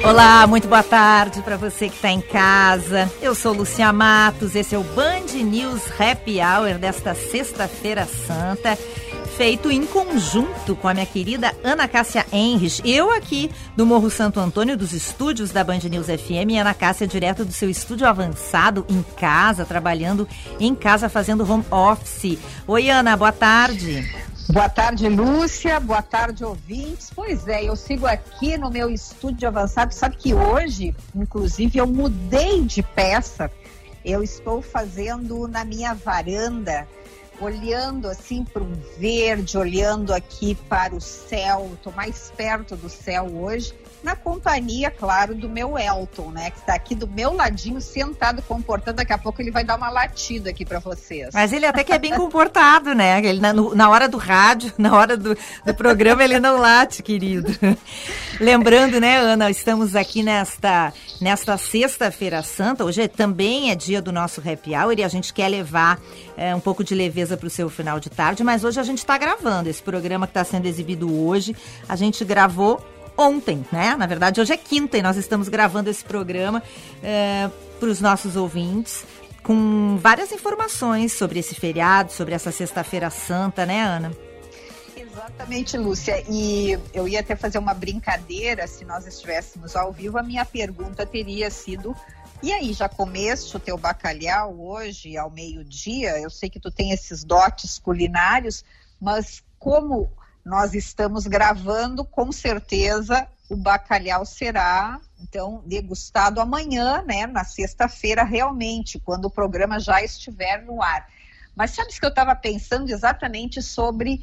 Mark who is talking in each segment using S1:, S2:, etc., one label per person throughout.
S1: Olá, muito boa tarde para você que está em casa. Eu sou Lúcia Matos, esse é o Band News Happy Hour desta sexta-feira santa, feito em conjunto com a minha querida Ana Cássia Henrich. Eu aqui do Morro Santo Antônio, dos estúdios da Band News FM, e Ana Cássia direto do seu estúdio avançado em casa, trabalhando em casa, fazendo home office. Oi, Ana, boa tarde.
S2: Boa tarde, Lúcia. Boa tarde, ouvintes. Pois é, eu sigo aqui no meu estúdio avançado. Sabe que hoje, inclusive, eu mudei de peça. Eu estou fazendo na minha varanda, olhando assim para um verde, olhando aqui para o céu. Estou mais perto do céu hoje, na companhia, claro, do meu Elton, né? Que está aqui do meu ladinho, sentado, comportando. Daqui a pouco ele vai dar uma latida aqui para vocês.
S1: Mas ele até que é bem comportado, né? Ele, na hora do rádio, na hora do programa, ele não late, querido. Lembrando, né, Ana, estamos aqui nesta sexta-feira santa. Hoje também é dia do nosso happy hour e a gente quer levar um pouco de leveza para o seu final de tarde, mas hoje a gente está gravando esse programa que está sendo exibido hoje. A gente gravou ontem, né? Na verdade, hoje é quinta e nós estamos gravando esse programa para os nossos ouvintes, com várias informações sobre esse feriado, sobre essa sexta-feira santa, né, Ana?
S2: Exatamente, Lúcia. E eu ia até fazer uma brincadeira, se nós estivéssemos ao vivo, a minha pergunta teria sido: e aí, já comeste o teu bacalhau hoje, ao meio-dia? Eu sei que tu tem esses dotes culinários, mas como nós estamos gravando, com certeza o bacalhau será, então, degustado amanhã, né, na sexta-feira, realmente, quando o programa já estiver no ar. Mas sabe que eu estava pensando exatamente sobre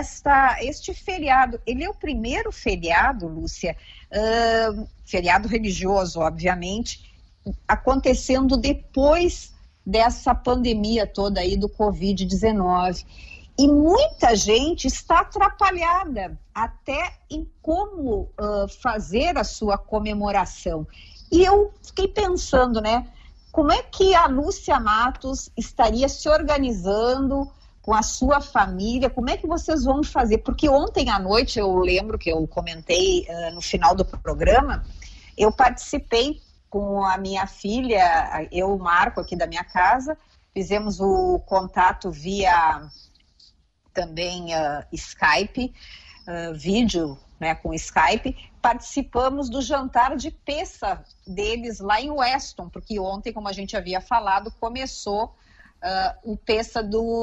S2: este feriado? Ele é o primeiro feriado, Lúcia, feriado religioso, obviamente, acontecendo depois dessa pandemia toda aí do Covid-19. E muita gente está atrapalhada até em como fazer a sua comemoração. E eu fiquei pensando, né? Como é que a Lúcia Matos estaria se organizando com a sua família? Como é que vocês vão fazer? Porque ontem à noite, eu lembro que eu comentei no final do programa, eu participei com a minha filha, eu, o Marco, aqui da minha casa, fizemos o contato via também Skype, vídeo, né, com Skype, participamos do jantar de Pêssah deles lá em Weston, porque ontem, como a gente havia falado, começou o Pêssah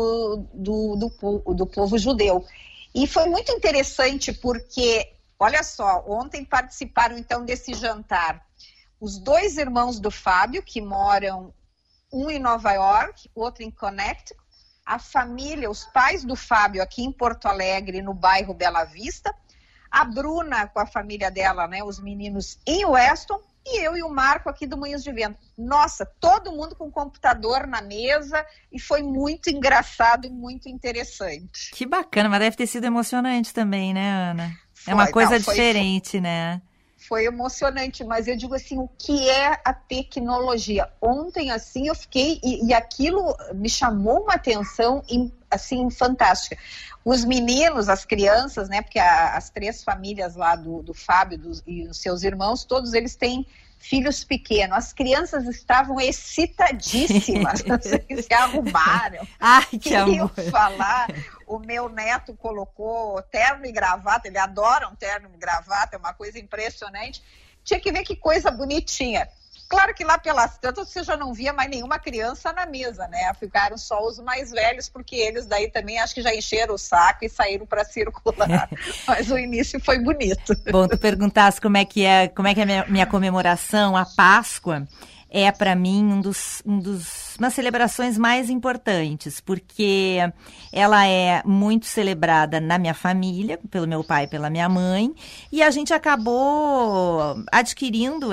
S2: do povo judeu. E foi muito interessante porque, olha só, ontem participaram então desse jantar os dois irmãos do Fábio, que moram um em Nova York, outro em Connecticut, a família, os pais do Fábio aqui em Porto Alegre, no bairro Bela Vista, a Bruna com a família dela, né, os meninos em Weston, e eu e o Marco aqui do Moinhos de Vento. Nossa, todo mundo com computador na mesa, e foi muito engraçado e muito interessante.
S1: Que bacana, mas deve ter sido emocionante também, né, Ana? É uma coisa diferente, né?
S2: Foi emocionante, mas eu digo assim, o que é a tecnologia? Ontem, assim, eu fiquei, e aquilo me chamou uma atenção, assim, fantástica. Os meninos, as crianças, né, porque as três famílias lá do Fábio e os seus irmãos, todos eles têm filhos pequenos. As crianças estavam excitadíssimas, se arrumaram.
S1: Ai, que amor.
S2: Falar. O meu neto colocou terno e gravata, ele adora um terno e gravata, é uma coisa impressionante. Tinha que ver que coisa bonitinha. Claro que lá pelas tantas você já não via mais nenhuma criança na mesa, né? Ficaram só os mais velhos, porque eles daí também acho que já encheram o saco e saíram para circular. Mas o início foi bonito.
S1: Bom, tu perguntasse como é que é a minha comemoração, a Páscoa. É, para mim, umas celebrações mais importantes, porque ela é muito celebrada na minha família, pelo meu pai e pela minha mãe, e a gente acabou adquirindo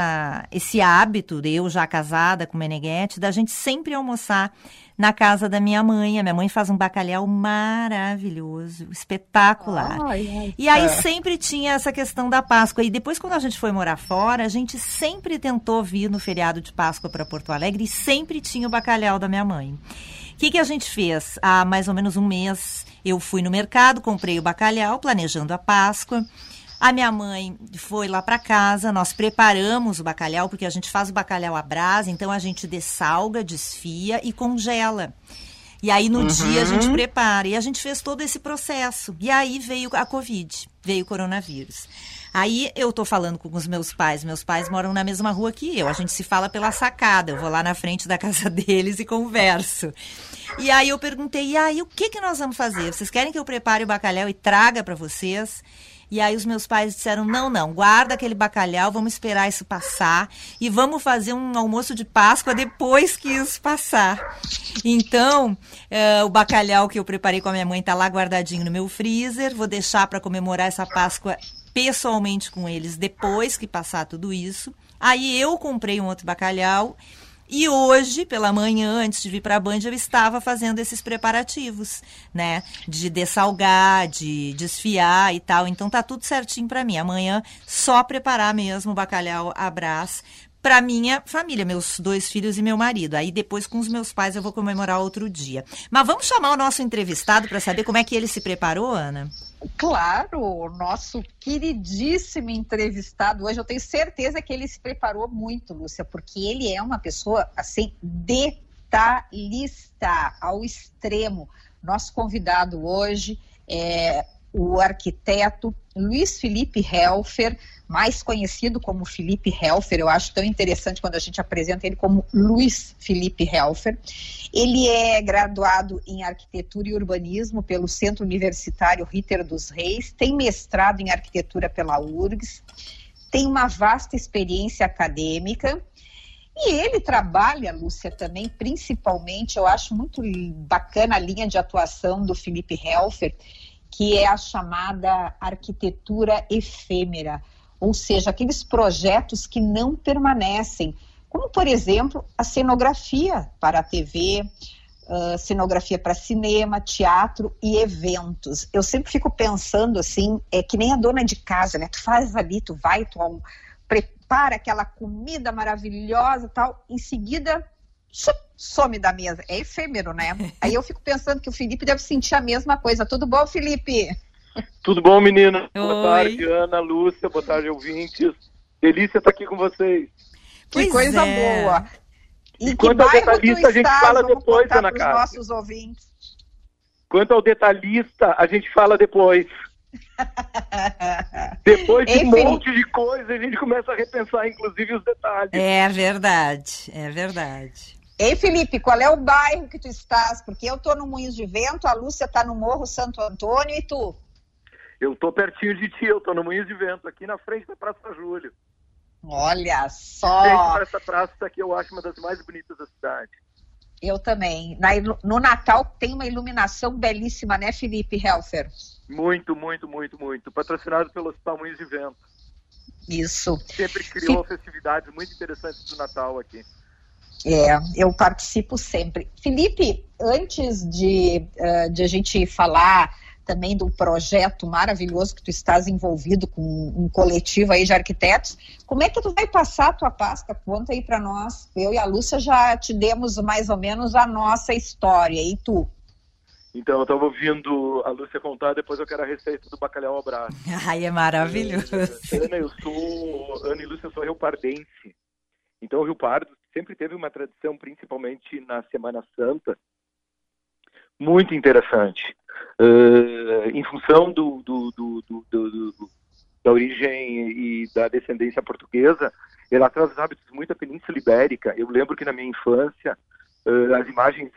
S1: esse hábito, eu já casada com o Meneghetti, da gente sempre almoçar na casa da minha mãe. A minha mãe faz um bacalhau maravilhoso, espetacular. E aí sempre tinha essa questão da Páscoa. E depois, quando a gente foi morar fora, a gente sempre tentou vir no feriado de Páscoa para Porto Alegre e sempre tinha o bacalhau da minha mãe. O que a gente fez? Há mais ou menos um mês eu fui no mercado, comprei o bacalhau, planejando a Páscoa. A minha mãe foi lá para casa, nós preparamos o bacalhau, porque a gente faz o bacalhau à brasa, então a gente dessalga, desfia e congela. E aí no dia a gente prepara. E a gente fez todo esse processo. E aí veio a Covid, veio o coronavírus. Aí eu tô falando com os meus pais moram na mesma rua que eu, a gente se fala pela sacada, eu vou lá na frente da casa deles e converso. E aí eu perguntei, e aí o que nós vamos fazer? Vocês querem que eu prepare o bacalhau e traga para vocês? E aí os meus pais disseram, não, guarda aquele bacalhau, vamos esperar isso passar e vamos fazer um almoço de Páscoa depois que isso passar. Então, o bacalhau que eu preparei com a minha mãe está lá guardadinho no meu freezer, vou deixar para comemorar essa Páscoa pessoalmente com eles depois que passar tudo isso. Aí eu comprei um outro bacalhau e hoje, pela manhã, antes de vir para a Band, eu estava fazendo esses preparativos, né? De dessalgar, de desfiar e tal. Então tá tudo certinho para mim. Amanhã só preparar mesmo o bacalhau à Brás para minha família, meus 2 filhos e meu marido. Aí depois com os meus pais eu vou comemorar outro dia. Mas vamos chamar o nosso entrevistado para saber como é que ele se preparou, Ana?
S2: Claro, o nosso queridíssimo entrevistado hoje, eu tenho certeza que ele se preparou muito, Lúcia, porque ele é uma pessoa, assim, detalhista ao extremo. Nosso convidado hoje é o arquiteto Luiz Felipe Helfer, mais conhecido como Felipe Helfer. Eu acho tão interessante quando a gente apresenta ele como Luiz Felipe Helfer. Ele é graduado em Arquitetura e Urbanismo pelo Centro Universitário Ritter dos Reis, tem mestrado em Arquitetura pela URGS, tem uma vasta experiência acadêmica e ele trabalha, Lúcia, também, principalmente, eu acho muito bacana a linha de atuação do Felipe Helfer, que é a chamada arquitetura efêmera, ou seja, aqueles projetos que não permanecem, como, por exemplo, a cenografia para a TV, cenografia para cinema, teatro e eventos. Eu sempre fico pensando assim, é que nem a dona de casa, né? Tu faz ali, tu vai, tu prepara aquela comida maravilhosa e tal, em seguida some da mesa. É efêmero, né? Aí eu fico pensando que o Felipe deve sentir a mesma coisa. Tudo bom, Felipe?
S3: Tudo bom, menina?
S1: Oi.
S3: Boa tarde, Ana, Lúcia, boa tarde, ouvintes. Delícia estar aqui com vocês.
S2: Que coisa boa.
S3: E quanto ao detalhista, a gente fala depois, Ana Cássia.
S2: Nossos ouvintes.
S3: Quanto ao detalhista, a gente fala depois. Depois de um monte de coisa, a gente começa a repensar, inclusive, os detalhes.
S1: É verdade, é verdade.
S2: Ei, Felipe, qual é o bairro que tu estás? Porque eu tô no Moinhos de Vento, a Lúcia tá no Morro Santo Antônio e tu?
S3: Eu tô pertinho de ti, eu tô no Moinhos de Vento, aqui na frente da Praça Júlio.
S2: Olha só!
S3: Essa praça aqui eu acho uma das mais bonitas da cidade.
S2: Eu também. No Natal tem uma iluminação belíssima, né, Felipe Helfer?
S3: Muito, muito, muito, muito. Patrocinado pelo Hospital Moinhos de Vento.
S2: Isso.
S3: Sempre criou festividades muito interessantes do Natal aqui.
S2: Eu participo sempre. Felipe, antes de a gente falar também do projeto maravilhoso que tu estás envolvido com um coletivo aí de arquitetos, como é que tu vai passar a tua Páscoa? Conta aí para nós. Eu e a Lúcia já te demos mais ou menos a nossa história. E tu?
S3: Então, eu estava ouvindo a Lúcia contar, depois eu quero a receita do bacalhau à Brás.
S1: Ai, é maravilhoso.
S3: Ana e Lúcia, eu sou riopardense. Então, o Rio Pardo sempre teve uma tradição, principalmente na Semana Santa, muito interessante. Em função da origem e da descendência portuguesa, ela traz hábitos muito da Península Ibérica. Eu lembro que na minha infância, as imagens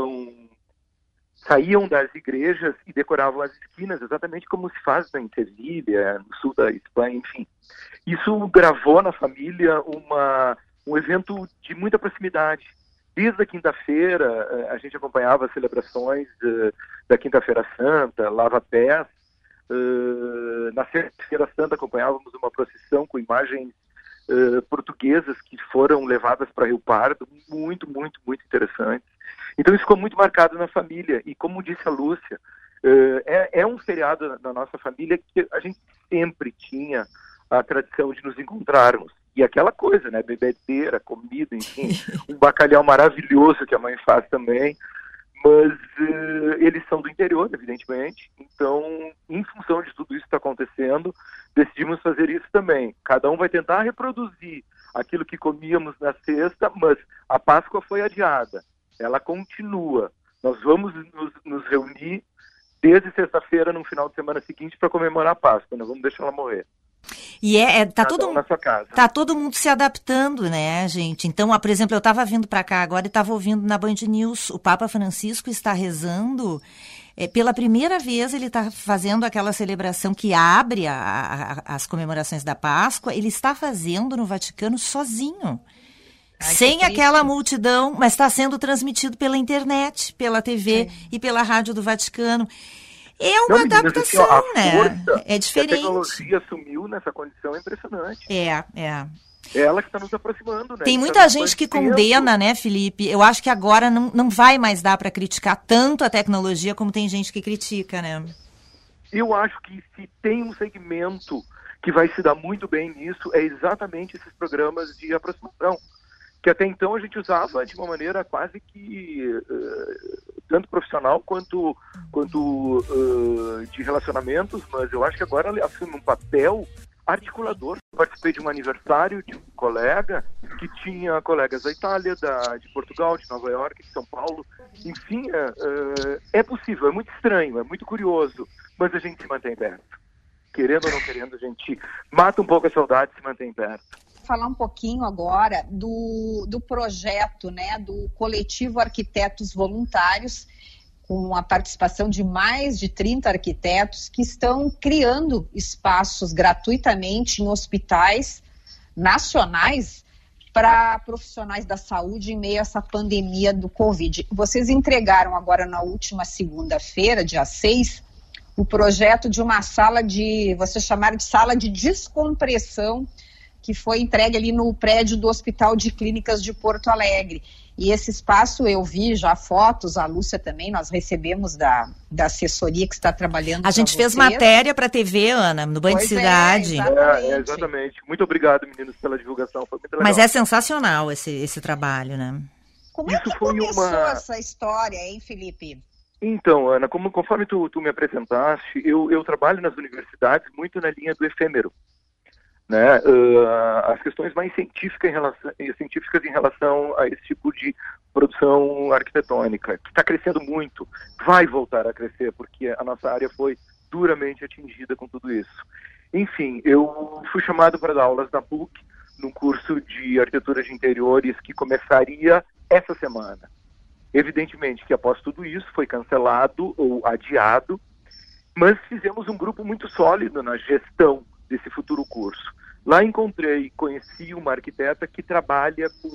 S3: saíam das igrejas e decoravam as esquinas, exatamente como se faz em Sevilha, no sul da Espanha, enfim. Isso gravou na família um evento de muita proximidade. Desde a quinta-feira, a gente acompanhava as celebrações da Quinta-feira Santa, lava-pés. Na Sexta-feira Santa, acompanhávamos uma procissão com imagens portuguesas que foram levadas para Rio Pardo, muito, muito, muito interessantes. Então, isso ficou muito marcado na família. E, como disse a Lúcia, é um feriado na nossa família que a gente sempre tinha a tradição de nos encontrarmos. E aquela coisa, né? Bebedeira, comida, enfim. Um bacalhau maravilhoso que a mãe faz também. Mas eles são do interior, evidentemente. Então, em função onde tudo isso está acontecendo, decidimos fazer isso também. Cada um vai tentar reproduzir aquilo que comíamos na sexta, mas a Páscoa foi adiada. Ela continua. Nós vamos nos reunir desde sexta-feira, no final de semana seguinte, para comemorar a Páscoa. Não vamos deixar ela morrer.
S1: E
S3: Na sua casa.
S1: Tá todo mundo se adaptando, né, gente? Então, por exemplo, eu estava vindo para cá agora e estava ouvindo na Band News, o Papa Francisco está rezando. Pela primeira vez ele está fazendo aquela celebração que abre as comemorações da Páscoa, ele está fazendo no Vaticano sozinho. Sem aquela multidão, mas está sendo transmitido pela internet, pela TV e pela rádio do Vaticano. É uma adaptação, né? É diferente.
S3: A tecnologia assumiu nessa condição é impressionante.
S1: É.
S3: É ela que está nos aproximando, né?
S1: Tem muita gente que condena, né, Felipe? Eu acho que agora não vai mais dar para criticar tanto a tecnologia como tem gente que critica, né?
S3: Eu acho que se tem um segmento que vai se dar muito bem nisso, é exatamente esses programas de aproximação. Que até então a gente usava de uma maneira quase que tanto profissional quanto de relacionamentos, mas eu acho que agora ela assume um papel articulador. Eu participei de um aniversário de um colega que tinha colegas da Itália, de Portugal, de Nova York, de São Paulo. Enfim, é possível, é muito estranho, é muito curioso, mas a gente se mantém perto. Querendo ou não querendo, a gente mata um pouco a saudade e se mantém perto.
S2: Falar um pouquinho agora do projeto, né, do coletivo Arquitetos Voluntários, com a participação de mais de 30 arquitetos que estão criando espaços gratuitamente em hospitais nacionais para profissionais da saúde em meio a essa pandemia do Covid. Vocês entregaram agora na última segunda-feira, dia 6, o projeto de uma sala vocês chamaram de sala de descompressão, que foi entregue ali no prédio do Hospital de Clínicas de Porto Alegre. E esse espaço, eu vi já fotos, a Lúcia também, nós recebemos da assessoria que está trabalhando.
S1: A gente fez matéria para a TV, Ana, no Band Cidade.
S3: Exatamente. Muito obrigado, meninos, pela divulgação, foi muito legal.
S1: Mas é sensacional esse trabalho, né?
S2: Como é que começou essa história, hein, Felipe?
S3: Então, Ana, conforme tu me apresentaste, eu trabalho nas universidades muito na linha do efêmero. Né, as questões mais científicas em relação a esse tipo de produção arquitetônica, que está crescendo muito, vai voltar a crescer, porque a nossa área foi duramente atingida com tudo isso. Enfim, eu fui chamado para dar aulas na PUC, num curso de arquitetura de interiores que começaria essa semana. Evidentemente que após tudo isso foi cancelado ou adiado, mas fizemos um grupo muito sólido na gestão desse futuro curso. Lá conheci uma arquiteta que trabalha com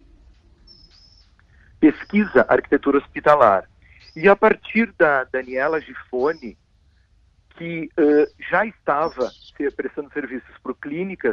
S3: pesquisa arquitetura hospitalar. E a partir da Daniela Gifone, que já estava prestando serviços para clínicas,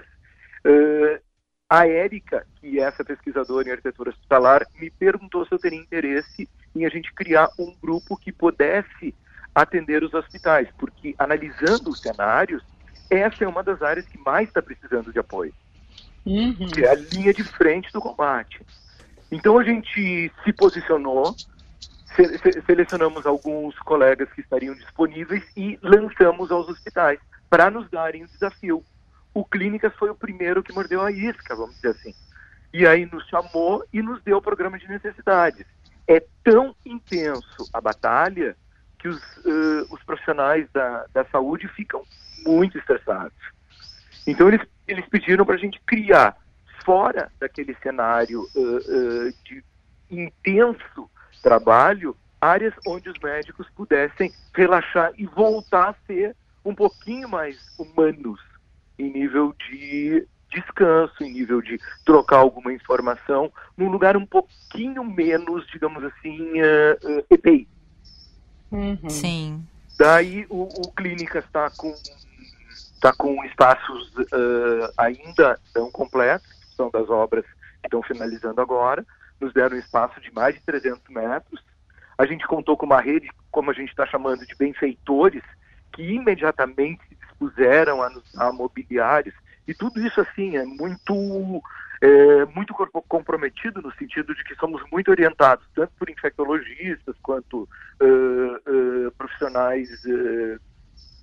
S3: a Érica, que é essa pesquisadora em arquitetura hospitalar, me perguntou se eu teria interesse em a gente criar um grupo que pudesse atender os hospitais, porque analisando os cenários, essa é uma das áreas que mais está precisando de apoio. Que é a linha de frente do combate. Então a gente se posicionou, selecionamos alguns colegas que estariam disponíveis e lançamos aos hospitais para nos darem o desafio. O Clínicas foi o primeiro que mordeu a isca, vamos dizer assim. E aí nos chamou e nos deu o programa de necessidades. É tão intenso a batalha que os profissionais da saúde ficam muito estressados. Então eles pediram para a gente criar, fora daquele cenário de intenso trabalho, áreas onde os médicos pudessem relaxar e voltar a ser um pouquinho mais humanos em nível de descanso, em nível de trocar alguma informação, num lugar um pouquinho menos, digamos assim, EPI.
S1: Sim.
S3: Daí o Clínicas está com espaços ainda não completos, que são das obras que estão finalizando agora. Nos deram um espaço de mais de 300 metros. A gente contou com uma rede, como a gente está chamando de benfeitores, que imediatamente se dispuseram a nos dar mobiliários. E tudo isso, assim, é muito comprometido no sentido de que somos muito orientados, tanto por infectologistas quanto profissionais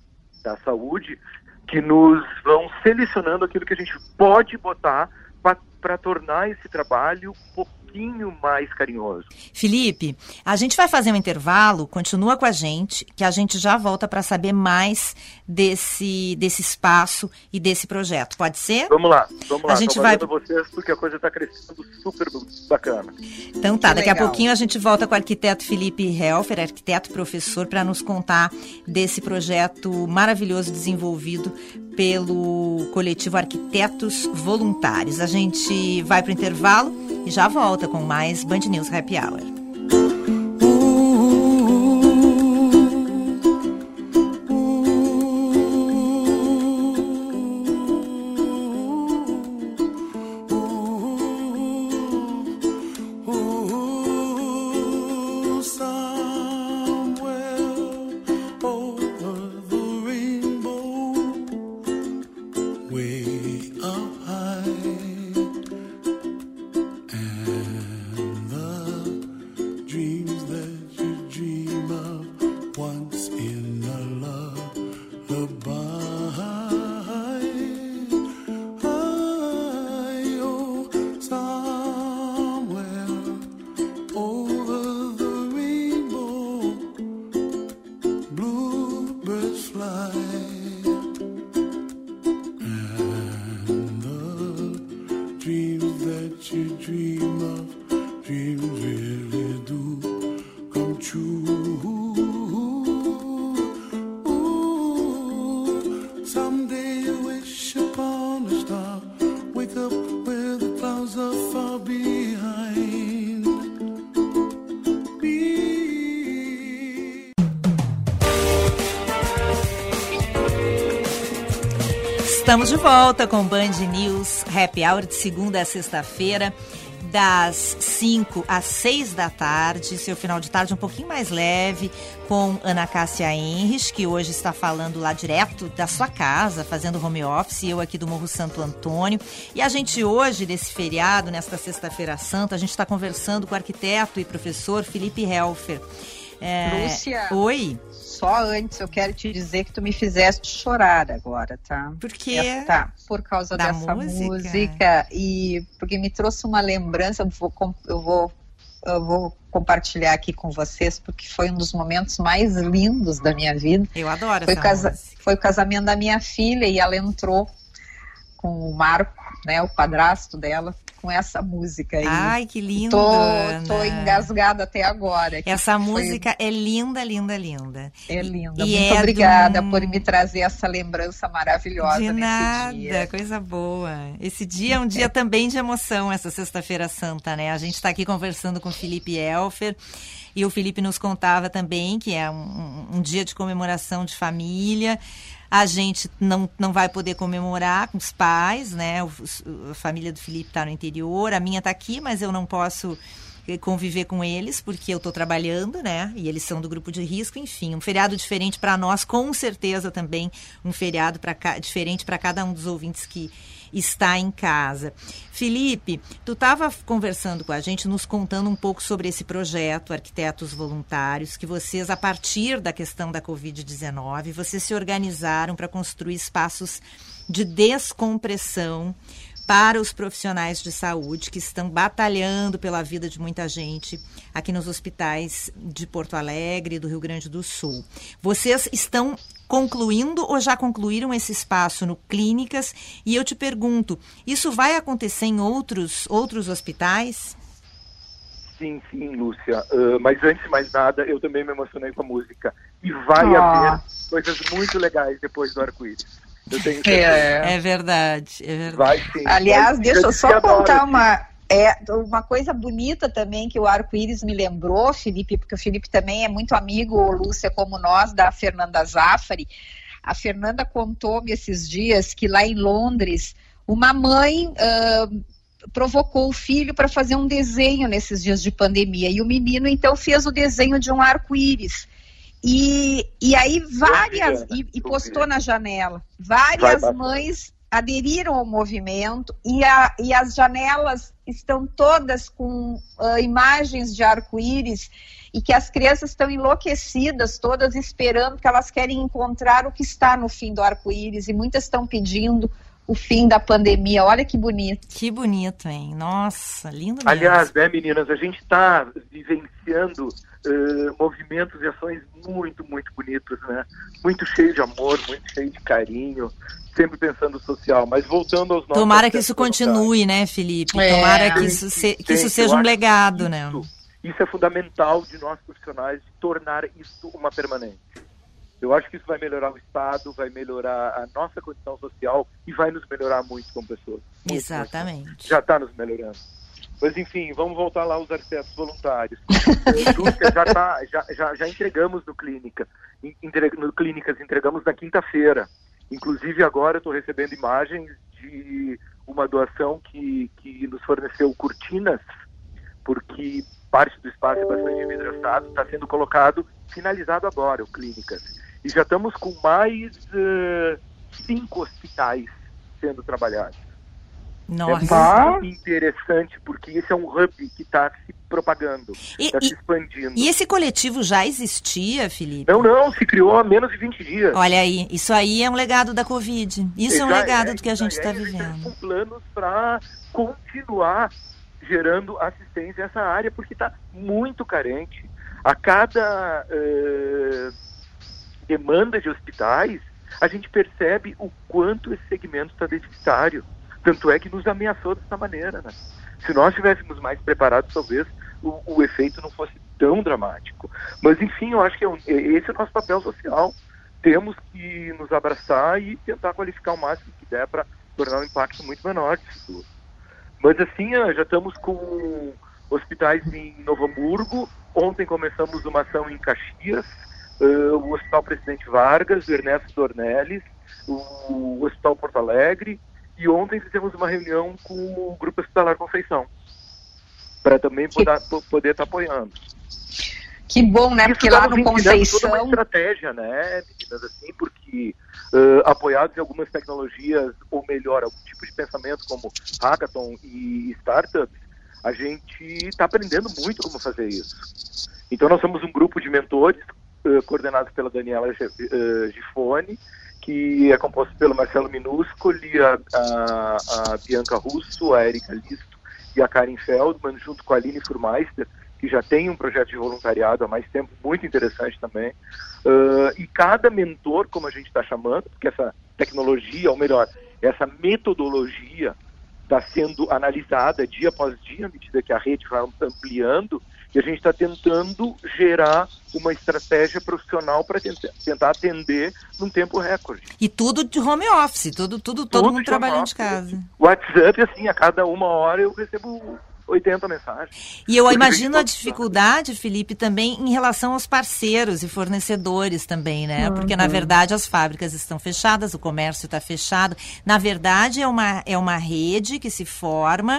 S3: da saúde que nos vão selecionando aquilo que a gente pode botar para tornar esse trabalho um pouquinho mais carinhoso.
S1: Felipe, a gente vai fazer um intervalo, continua com a gente, que a gente já volta para saber mais desse espaço e desse projeto. Pode ser?
S3: Vamos lá.
S1: A gente vai
S3: vocês porque a coisa está crescendo super bacana.
S1: Então tá, daqui a pouquinho a gente volta com o arquiteto Felipe Helfer, arquiteto professor, para nos contar desse projeto maravilhoso desenvolvido pelo coletivo Arquitetos Voluntários. A gente vai para o intervalo e já volta com mais Band News Happy Hour. Estamos de volta com Band News Happy Hour de segunda a sexta-feira, das 5 às 6 da tarde, seu final de tarde um pouquinho mais leve, com Ana Cássia Henrich, que hoje está falando lá direto da sua casa, fazendo home office, eu aqui do Morro Santo Antônio. E a gente hoje, desse feriado, nesta sexta-feira santa, a gente está conversando com o arquiteto e professor Felipe Helfer.
S2: Lúcia,
S1: oi.
S2: Só antes eu quero te dizer que tu me fizeste chorar agora, tá?
S1: Por quê?
S2: Por causa
S1: da
S2: dessa música e porque me trouxe uma lembrança. Eu vou compartilhar aqui com vocês porque foi um dos momentos mais lindos da minha vida.
S1: Eu adoro essa música.
S2: Foi o casamento da minha filha e ela entrou com o Marco, né, o padrasto dela, com essa música aí.
S1: Ai, que lindo,
S2: Tô engasgada até agora.
S1: Essa música é linda, linda, linda.
S2: É linda.
S1: E
S2: muito obrigada por me trazer essa lembrança maravilhosa
S1: de nada,
S2: nesse dia.
S1: Coisa boa. Esse dia é um dia também de emoção, essa Sexta-feira Santa, né? A gente está aqui conversando com o Felipe Helfer. E o Felipe nos contava também que é um dia de comemoração de família. A gente não vai poder comemorar com os pais, né? A família do Felipe está no interior, a minha está aqui, mas eu não posso conviver com eles porque eu estou trabalhando, né? E eles são do grupo de risco, enfim, um feriado diferente para nós, com certeza também um feriado diferente para cada um dos ouvintes que está em casa. Felipe, tu estava conversando com a gente, nos contando um pouco sobre esse projeto Arquitetos Voluntários, que vocês, a partir da questão da Covid-19, vocês se organizaram para construir espaços de descompressão para os profissionais de saúde que estão batalhando pela vida de muita gente aqui nos hospitais de Porto Alegre e do Rio Grande do Sul. Vocês estão concluindo ou já concluíram esse espaço no Clínicas? E eu te pergunto, isso vai acontecer em outros hospitais?
S3: Sim, Lúcia. Mas antes de mais nada, eu também me emocionei com a música. E vai haver coisas muito legais depois do arco-íris. Eu tenho certeza.
S1: É verdade.
S3: Vai sim.
S2: Aliás, deixa eu só contar uma coisa bonita também que o arco-íris me lembrou, Felipe, porque o Felipe também é muito amigo, Lúcia, como nós, da Fernanda Zaffari. A Fernanda contou-me esses dias que lá em Londres, uma mãe provocou o filho para fazer um desenho nesses dias de pandemia, e o menino então fez o desenho de um arco-íris. E aí e postou na janela. Várias mães aderiram ao movimento e as janelas estão todas com imagens de arco-íris e que as crianças estão enlouquecidas, todas esperando, que elas querem encontrar o que está no fim do arco-íris, e muitas estão pedindo o fim da pandemia. Olha que bonito.
S1: Que bonito, hein? Nossa, lindo mesmo.
S3: Aliás, né, meninas, a gente está vivenciando movimentos e ações muito, muito bonitos, né? Muito cheio de amor, muito cheio de carinho, sempre pensando social. Mas voltando aos nossos...
S1: Tomara que isso continue, né, Felipe? Tomara que isso seja um legado, né?
S3: Isso é fundamental de nós profissionais, de tornar isso uma permanência. Eu acho que isso vai melhorar o Estado, vai melhorar a nossa condição social e vai nos melhorar muito como pessoas. Muito,
S1: exatamente.
S3: muito. Já está nos melhorando. Mas, enfim, vamos voltar lá aos arquitetos voluntários. Lúcia, já entregamos no Clínicas, entregamos na quinta-feira. Inclusive, agora eu estou recebendo imagens de uma doação que nos forneceu cortinas, porque parte do espaço é bastante envidraçado, está sendo colocado, finalizado agora, o Clínicas. E já estamos com mais 5 hospitais sendo trabalhados.
S1: Nossa.
S3: É muito interessante, porque esse é um hub que está se propagando, está se expandindo.
S1: E esse coletivo já existia, Felipe?
S3: Não, se criou há menos de 20 dias.
S1: Olha aí, isso aí é um legado da Covid. Isso é um legado do que a gente está vivendo.
S3: Com planos para continuar gerando assistência a essa área, porque está muito carente. A cada demanda de hospitais, a gente percebe o quanto esse segmento está deficitário. Tanto é que nos ameaçou dessa maneira, né? Se nós estivéssemos mais preparados, talvez o efeito não fosse tão dramático. Mas, enfim, eu acho que esse é o nosso papel social. Temos que nos abraçar e tentar qualificar o máximo que der para tornar um impacto muito menor disso tudo. Mas, assim, já estamos com hospitais em Novo Hamburgo. Ontem começamos uma ação em Caxias, o Hospital Presidente Vargas, o Ernesto Dornelles, o Hospital Porto Alegre. E ontem fizemos uma reunião com o Grupo Hospitalar Conceição, para também poder estar apoiando.
S2: Que bom, né? Porque lá no Conceição...
S3: toda uma estratégia, né, meninas, assim, porque apoiados em algumas tecnologias, ou melhor, algum tipo de pensamento como hackathon e startups, a gente está aprendendo muito como fazer isso. Então nós somos um grupo de mentores, coordenados pela Daniela Gifone, que é composto pelo Marcelo Minuscoli, a Bianca Russo, a Erika Listo e a Karen Feldman, junto com a Aline Furmeister, que já tem um projeto de voluntariado há mais tempo, muito interessante também. E cada mentor, como a gente está chamando, porque essa tecnologia, ou melhor, essa metodologia está sendo analisada dia após dia, à medida que a rede vai ampliando, e a gente está tentando gerar uma estratégia profissional para tentar atender num tempo recorde.
S1: E tudo de home office, todo mundo trabalhando de casa.
S3: WhatsApp, assim, a cada 1 hora eu recebo 80 mensagens.
S1: E eu imagino a dificuldade, Felipe, também em relação aos parceiros e fornecedores também, né? Porque, na verdade, as fábricas estão fechadas, o comércio está fechado. Na verdade, é uma rede que se forma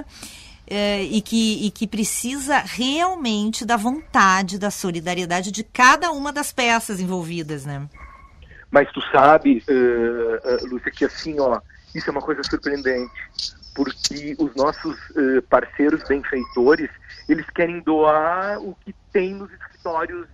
S1: e que precisa realmente da vontade, da solidariedade de cada uma das peças envolvidas, né?
S3: Mas tu sabe, Lúcia, que assim, isso é uma coisa surpreendente, porque os nossos parceiros benfeitores, eles querem doar o que tem nos escritórios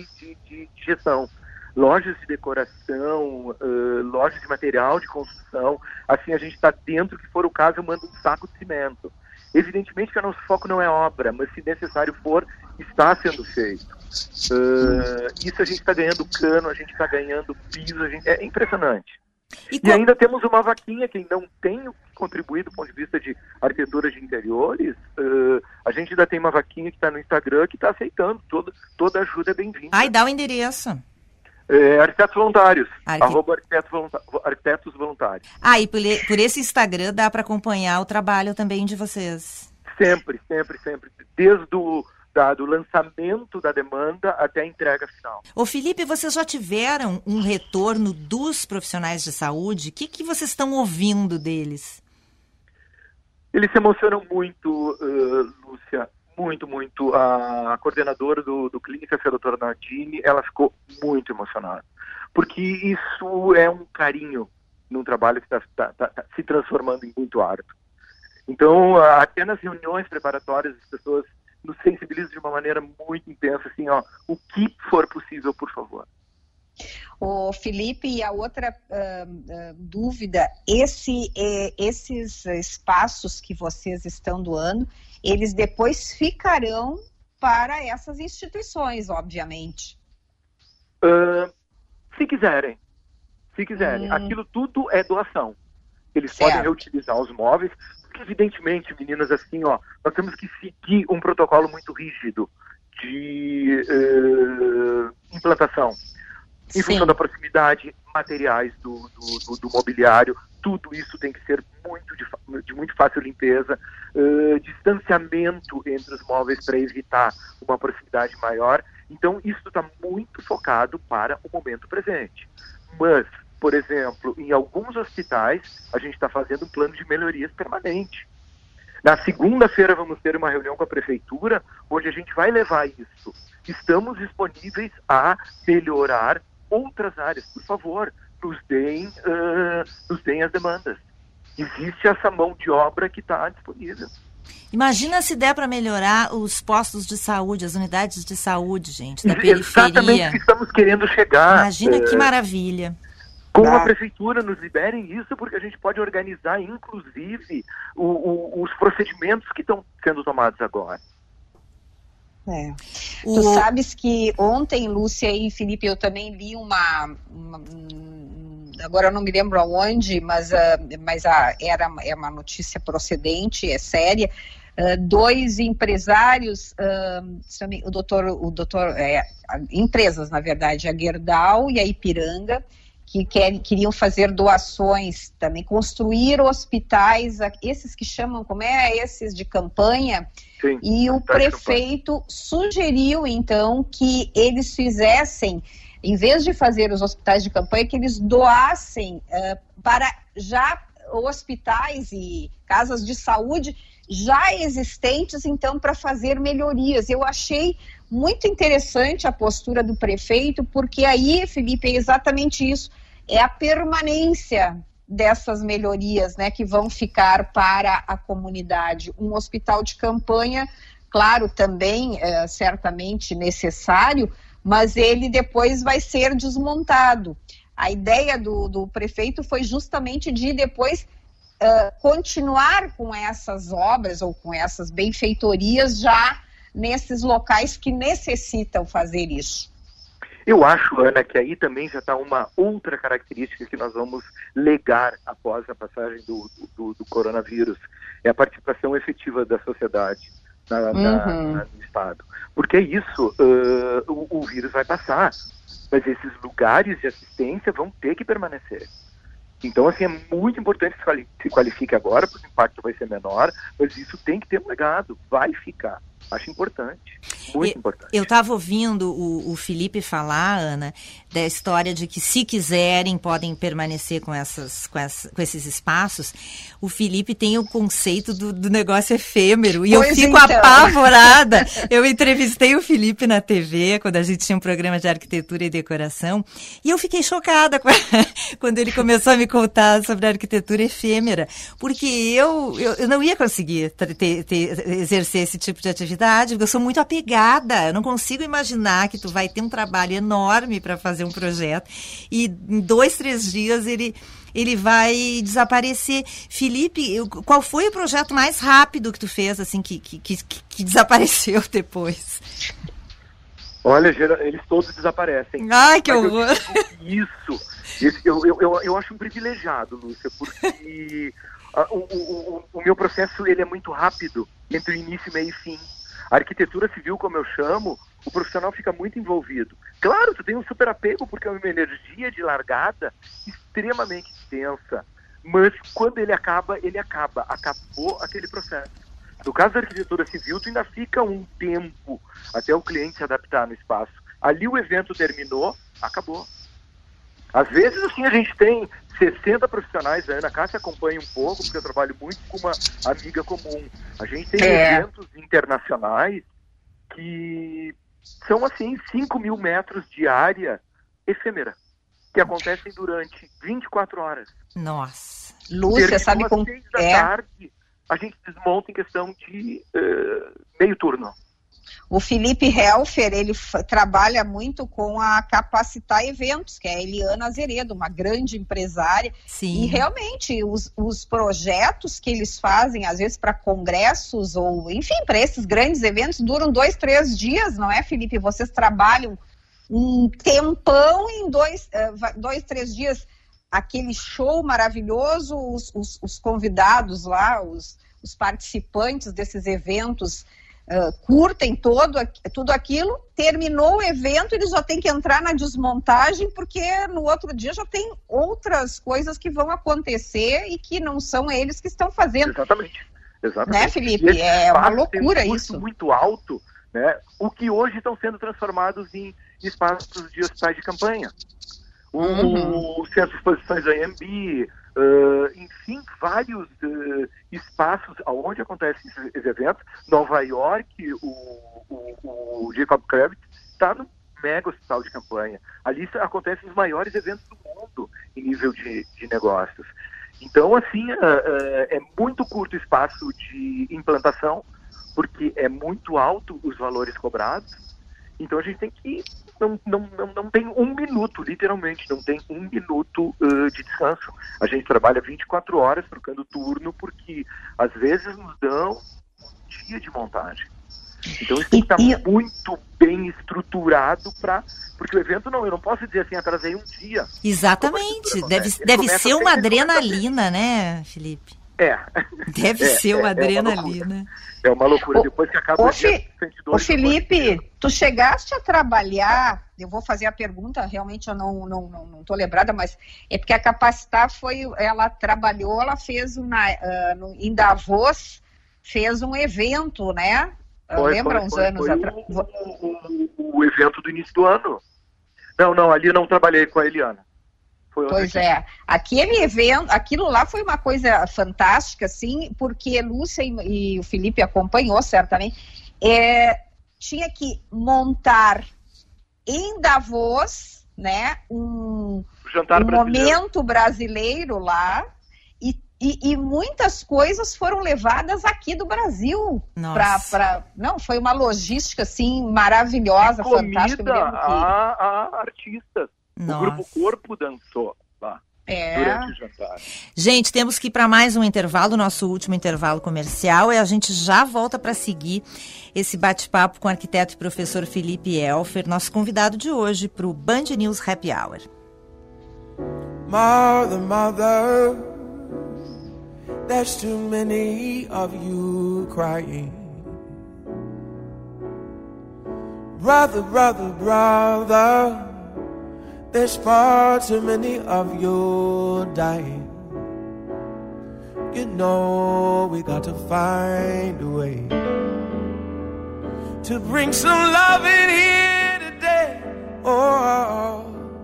S3: de gestão. Lojas de decoração, lojas de material de construção, assim a gente está dentro, que for o caso, eu mando um saco de cimento. Evidentemente que o nosso foco não é obra, mas se necessário for, está sendo feito. Isso a gente está ganhando cano, a gente está ganhando piso, é impressionante. E ainda temos uma vaquinha, quem não tem contribuído do ponto de vista de arquitetura de interiores, a gente ainda tem uma vaquinha que está no Instagram que está aceitando, toda ajuda é bem-vinda.
S1: Ai, dá o endereço.
S3: Arquitetos Voluntários, @arquitetos voluntários.
S1: E por esse Instagram dá para acompanhar o trabalho também de vocês.
S3: Sempre. Desde do lançamento da demanda até a entrega final.
S1: Ô Felipe, vocês já tiveram um retorno dos profissionais de saúde? O que vocês estão ouvindo deles?
S3: Eles se emocionam muito, Lúcia, muito. A coordenadora do Clínicas, a doutora Nardini, ela ficou muito emocionada. Porque isso é um carinho num trabalho que está se transformando em muito árduo. Então, até nas reuniões preparatórias, as pessoas nos sensibiliza de uma maneira muito intensa, assim, ó, o que for possível, por favor.
S2: O Felipe, e a outra dúvida, esses espaços que vocês estão doando, eles depois ficarão para essas instituições, obviamente.
S3: Se quiserem. Aquilo tudo é doação. Eles
S2: Certo.
S3: podem reutilizar os móveis, porque evidentemente, meninas, assim, ó, nós temos que seguir um protocolo muito rígido de implantação. Em função da proximidade, materiais do mobiliário, tudo isso tem que ser de muito fácil limpeza, distanciamento entre os móveis para evitar uma proximidade maior. Então, isso está muito focado para o momento presente. Mas, por exemplo, em alguns hospitais, a gente está fazendo um plano de melhorias permanente. Na segunda-feira vamos ter uma reunião com a prefeitura, onde a gente vai levar isso. Estamos disponíveis a melhorar outras áreas. Por favor, nos deem as demandas. Existe essa mão de obra que está disponível.
S1: Imagina se der para melhorar os postos de saúde, as unidades de saúde, gente, da periferia.
S3: Exatamente o que estamos querendo chegar.
S1: Imagina que maravilha.
S3: Com a prefeitura, nos liberem isso, porque a gente pode organizar, inclusive, os procedimentos que estão sendo tomados agora.
S2: Tu sabes que ontem, Lúcia e Felipe, eu também li agora eu não me lembro aonde, mas é uma notícia procedente, é séria. Dois empresários, empresas, na verdade, a Gerdau e a Ipiranga, que queriam fazer doações também, construir hospitais, esses que chamam, esses de campanha. Sim, e o prefeito sugeriu, então, que eles fizessem, em vez de fazer os hospitais de campanha, que eles doassem para já hospitais e casas de saúde já existentes, então, para fazer melhorias. Eu achei muito interessante a postura do prefeito, porque aí, Felipe, é exatamente isso, é a permanência dessas melhorias, né, que vão ficar para a comunidade. Um hospital de campanha, claro, também certamente necessário, mas ele depois vai ser desmontado. A ideia do prefeito foi justamente de depois continuar com essas obras ou com essas benfeitorias já nesses locais que necessitam fazer isso.
S3: Eu acho, Ana, que aí também já está uma outra característica que nós vamos legar após a passagem do coronavírus, é a participação efetiva da sociedade no Estado. Porque é isso, o vírus vai passar, mas esses lugares de assistência vão ter que permanecer. Então, assim, é muito importante que se qualifique agora, porque o impacto vai ser menor, mas isso tem que ter um legado, vai ficar. Acho importante, muito importante.
S1: Eu estava ouvindo o Felipe falar, Ana, da história de que, se quiserem, podem permanecer com esses espaços. O Felipe tem o conceito do negócio efêmero, e eu fico apavorada. Eu entrevistei o Felipe na TV, quando a gente tinha um programa de arquitetura e decoração, e eu fiquei chocada quando ele começou a me contar sobre a arquitetura efêmera, porque eu não ia conseguir exercer esse tipo de atividade, porque eu sou muito apegada, eu não consigo imaginar que tu vai ter um trabalho enorme para fazer um projeto e em 2-3 dias ele vai desaparecer. Felipe, qual foi o projeto mais rápido que tu fez, assim, que desapareceu depois?
S3: Olha, eles todos desaparecem.
S1: Ai, que horror!
S3: Eu acho um privilegiado, Lúcia, porque o meu processo ele é muito rápido, entre o início, meio e fim. A arquitetura civil, como eu chamo, o profissional fica muito envolvido. Claro, tu tem um super apego, porque é uma energia de largada extremamente intensa. Mas quando ele acaba, acabou aquele processo. No caso da arquitetura civil, tu ainda fica um tempo até o cliente se adaptar no espaço. Ali o evento terminou, acabou. Às vezes, assim, a gente tem 60 profissionais, a Ana Cássia acompanha um pouco, porque eu trabalho muito com uma amiga comum. A gente tem eventos internacionais que são, assim, 5.000 metros de área efêmera, que acontecem durante 24 horas.
S1: Nossa.
S2: Lúcia, sabe como
S3: 6 da tarde, a gente desmonta em questão de meio turno.
S2: O Felipe Helfer, ele trabalha muito com a Capacitar Eventos, que é a Eliana Azeredo, uma grande empresária.
S1: Sim.
S2: E realmente os projetos que eles fazem, às vezes para congressos ou, enfim, para esses grandes eventos, duram 2, 3 dias, não é, Felipe? Vocês trabalham um tempão em 2, 3 dias, aquele show maravilhoso, os convidados lá, os participantes desses eventos curtem tudo aquilo, terminou o evento, eles já têm que entrar na desmontagem, porque no outro dia já tem outras coisas que vão acontecer e que não são eles que estão fazendo.
S3: Exatamente.
S2: Né, Felipe? É uma loucura
S3: tem um
S2: isso.
S3: Muito alto, né? O que hoje estão sendo transformados em espaços de hospitais de campanha. O Centro de Exposições da AMB, enfim, vários espaços onde acontecem esses eventos. Nova York, o Jacob Kravitz está no mega hospital de campanha. Ali acontecem os maiores eventos do mundo em nível de negócios. Então, assim, é muito curto o espaço de implantação, porque é muito alto os valores cobrados. Então, a gente tem que... Não tem um minuto, literalmente, não tem um minuto de descanso. A gente trabalha 24 horas trocando turno, porque às vezes nos dão um dia de montagem. Então isso tem que estar muito bem estruturado porque o evento eu não posso dizer assim, atrasei um dia.
S1: Exatamente, deve ser uma adrenalina, né, Felipe? Deve ser uma adrenalina.
S3: É uma loucura. Depois que acaba o dia,
S2: Ô Felipe, tu chegaste a trabalhar, eu vou fazer a pergunta, realmente eu não tô lembrada, mas é porque a Capacitar ela fez em Davos, fez um evento, né? Lembra uns anos atrás?
S3: O evento do início do ano. Não, ali eu não trabalhei com a Eliana.
S2: Pois é, aquele evento, aquilo lá foi uma coisa fantástica, assim, porque Lúcia e o Felipe acompanhou, certamente, tinha que montar em Davos, né, um momento brasileiro lá, e muitas coisas foram levadas aqui do Brasil. Não, foi uma logística, assim, maravilhosa, fantástica.
S3: A artistas.
S1: Nossa.
S3: O Grupo Corpo dançou lá durante o jantar.
S1: Gente, temos que ir para mais um intervalo, nosso último intervalo comercial, e a gente já volta para seguir esse bate-papo com o arquiteto e professor Felipe Helfer, nosso convidado de hoje para o Band News Happy Hour.
S4: Mother, there's too many of you crying. Brother, there's far too many of you dying. You know we got to find a way to bring some love in here today. Oh,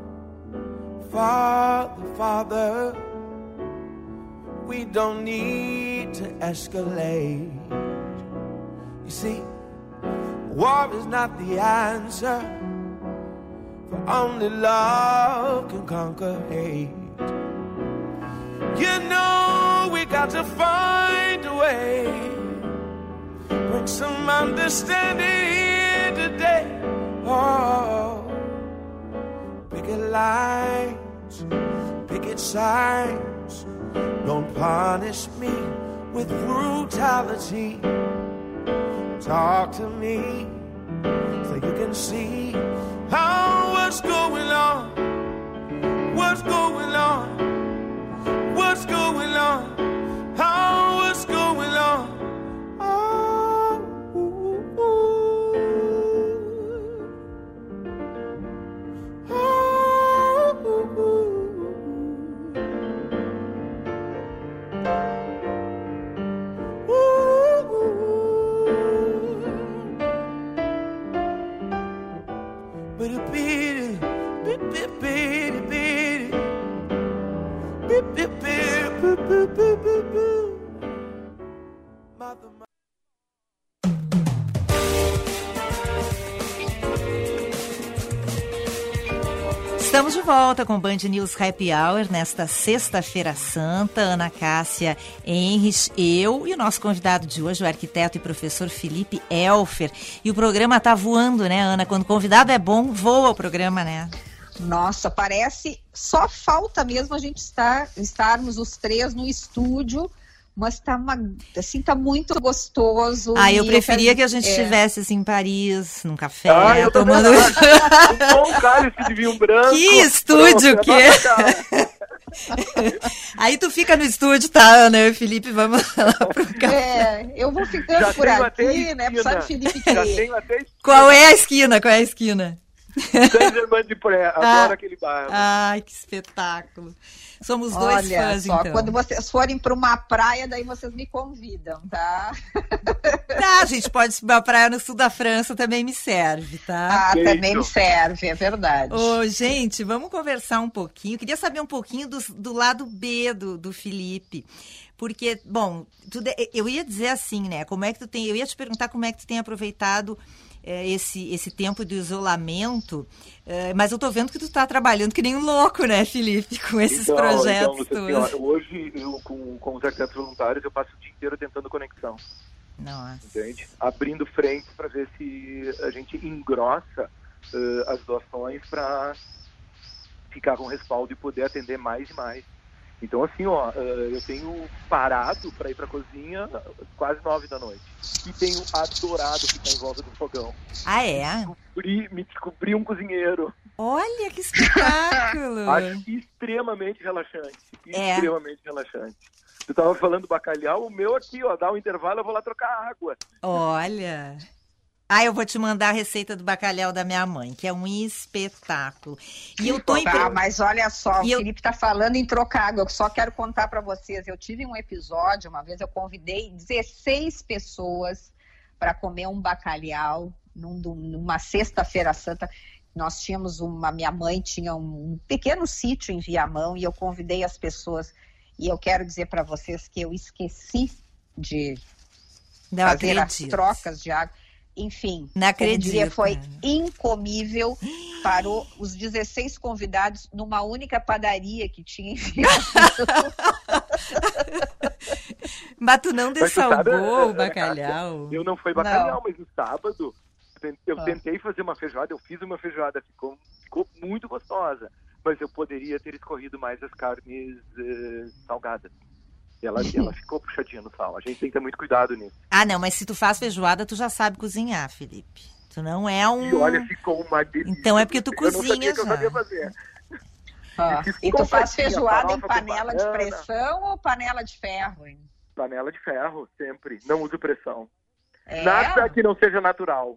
S4: Father, we don't need to escalate. You see, war is not the answer. Only love can conquer hate. You know we got to find a way, bring some understanding here today. Oh, picket lines, picket signs, don't punish me with brutality. Talk to me so you can see what's going on, what's going on, what's going on, what's going on. Oh, ooh, ooh. Oh, ooh,
S1: Estamos de volta com o Band News Happy Hour nesta sexta-feira santa. Ana Cássia Henrich, eu e o nosso convidado de hoje, o arquiteto e professor Felipe Elfer. E o programa tá voando, né, Ana? Quando o convidado é bom, voa o programa, né?
S2: Nossa, parece... Só falta mesmo a gente estarmos os três no estúdio, mas tá muito gostoso.
S1: Eu preferia que a gente estivesse assim em Paris, num café,
S3: eu
S1: tomando...
S3: Um bom cálice de vinho branco.
S1: Que estúdio que é! Aí tu fica no estúdio, tá, Ana? Eu e o Felipe vamos lá pro café.
S2: Eu vou ficando por aqui, né? Só o Felipe querer.
S1: Qual é a esquina?
S3: Saint-Germain-des-Prés, adoro aquele bairro.
S1: Ai, que espetáculo. Somos dois fãs,
S2: só,
S1: então.
S2: Quando vocês forem para uma praia, daí vocês me convidam, tá?
S1: Tá, a gente pode ir pra praia no sul da França, também me serve, tá?
S2: Também me serve, é verdade.
S1: Gente, vamos conversar um pouquinho. Queria saber um pouquinho do lado B do Felipe. Porque, bom, eu ia dizer assim, né? Eu ia te perguntar como é que tu tem aproveitado esse tempo de isolamento, mas eu tô vendo que tu tá trabalhando que nem um louco, né, Felipe, com esses projetos todos.
S3: Assim, hoje, com os arquitetos voluntários, eu passo o dia inteiro tentando conexão.
S1: Nossa.
S3: Entende? Abrindo frente para ver se a gente engrossa as doações para ficar com respaldo e poder atender mais e mais. Então, assim, eu tenho parado para ir para a cozinha quase 9 da noite. E tenho adorado ficar em volta do fogão.
S1: Ah, é?
S3: Me descobri um cozinheiro.
S1: Olha, que espetáculo!
S3: Acho extremamente relaxante. Extremamente relaxante. Tu tava falando do bacalhau, o meu aqui, dá um intervalo, eu vou lá trocar água.
S1: Olha... eu vou te mandar a receita do bacalhau da minha mãe, que é um espetáculo. E eu tô
S2: mas olha só, o Felipe tá falando em trocar água, eu só quero contar para vocês. Eu tive um episódio, uma vez eu convidei 16 pessoas para comer um bacalhau numa sexta-feira santa. Nós tínhamos minha mãe tinha um pequeno sítio em Viamão e eu convidei as pessoas. E eu quero dizer para vocês que eu esqueci de fazer as trocas de água. Enfim,
S1: não acredito.
S2: Foi incomível para os 16 convidados numa única padaria que tinha em
S1: Mas tu não dessalgou o bacalhau?
S3: Eu não foi bacalhau, mas no sábado eu tentei fazer uma feijoada, eu fiz uma feijoada, ficou muito gostosa, mas eu poderia ter escorrido mais as carnes salgadas. Ela ficou puxadinha no sal. A gente tem que ter muito cuidado nisso.
S1: Não, mas se tu faz feijoada, tu já sabe cozinhar, Felipe. Tu não é um...
S3: E olha, ficou uma delícia.
S1: Então é porque tu cozinha
S3: já. Eu não sabia que eu sabia fazer.
S2: E tu faz feijoada em panela de pressão ou panela de ferro? Hein?
S3: Panela de ferro, sempre. Não uso pressão. Nada que não seja natural.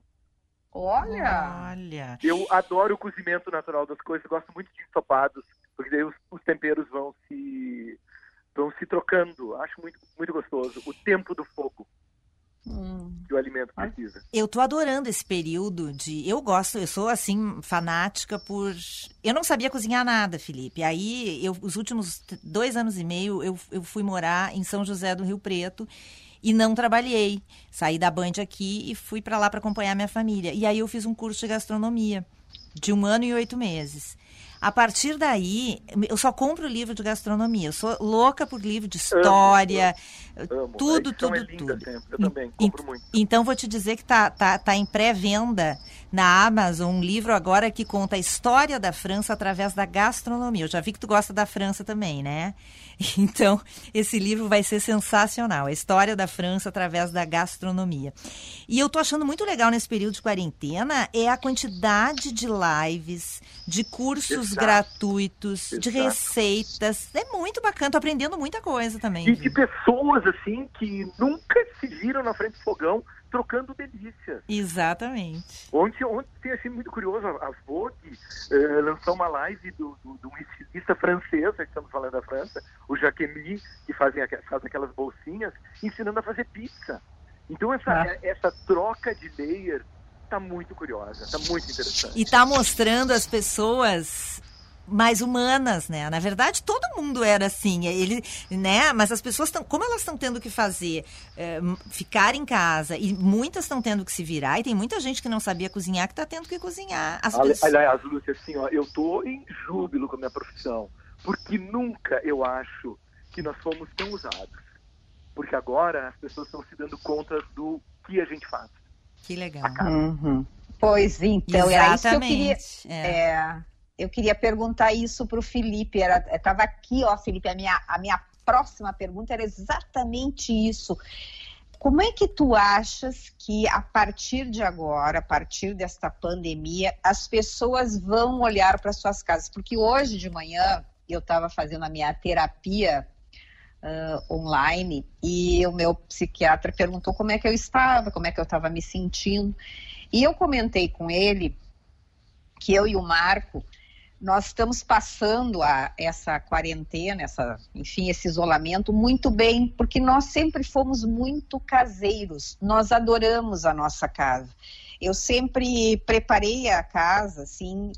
S2: Olha!
S3: Eu adoro o cozimento natural das coisas. Gosto muito de ensopados, porque daí os temperos vão se trocando. Acho muito, muito gostoso. O tempo do fogo que o alimento precisa.
S1: Eu tô adorando esse período eu sou assim, fanática por... Eu não sabia cozinhar nada, Felipe. Aí, os últimos 2 anos e meio, eu fui morar em São José do Rio Preto e não trabalhei. Saí da Band aqui e fui para lá para acompanhar minha família. E aí eu fiz um curso de gastronomia de 1 ano e 8 meses. A partir daí, eu só compro livro de gastronomia. Eu sou louca por livro de história,
S3: amo.
S1: Tudo.
S3: Sempre. Eu também compro muito.
S1: Então, vou te dizer que tá em pré-venda na Amazon um livro agora que conta a história da França através da gastronomia. Eu já vi que tu gosta da França também, né? Então, esse livro vai ser sensacional. A história da França através da gastronomia. E eu tô achando muito legal nesse período de quarentena a quantidade de lives, de cursos gratuitos, de receitas. É muito bacana, tô aprendendo muita coisa também.
S3: E de pessoas, assim, que nunca se viram na frente do fogão trocando delícias.
S1: Exatamente.
S3: Ontem achei muito curioso, a Vogue lançou uma live de um estilista francês, que estamos falando da França, o Jacqueline, que faz aquelas bolsinhas, ensinando a fazer pizza. Então essa troca de layers tá muito curiosa, tá muito interessante.
S1: E tá mostrando às pessoas mais humanas, né? Na verdade, todo mundo era assim, né? Mas as pessoas como elas estão tendo que fazer, ficar em casa, e muitas estão tendo que se virar, e tem muita gente que não sabia cozinhar que está tendo que cozinhar.
S3: Aliás, Lúcia, assim, ó, eu tô em júbilo com a minha profissão, porque nunca eu acho que nós fomos tão usados, porque agora as pessoas estão se dando conta do que a gente faz.
S1: Que legal.
S2: Pois então,
S1: exatamente.
S2: Era isso que eu queria... Eu queria perguntar isso para o Felipe. Estava aqui, ó, Felipe, a minha próxima pergunta era exatamente isso. Como é que tu achas que a partir de agora, a partir desta pandemia, as pessoas vão olhar para suas casas? Porque hoje de manhã eu estava fazendo a minha terapia online e o meu psiquiatra perguntou como é que eu estava, como é que eu estava me sentindo. E eu comentei com ele que eu e o Marco, nós estamos passando essa quarentena, esse isolamento muito bem, porque nós sempre fomos muito caseiros, nós adoramos a nossa casa. Eu sempre preparei a casa, assim,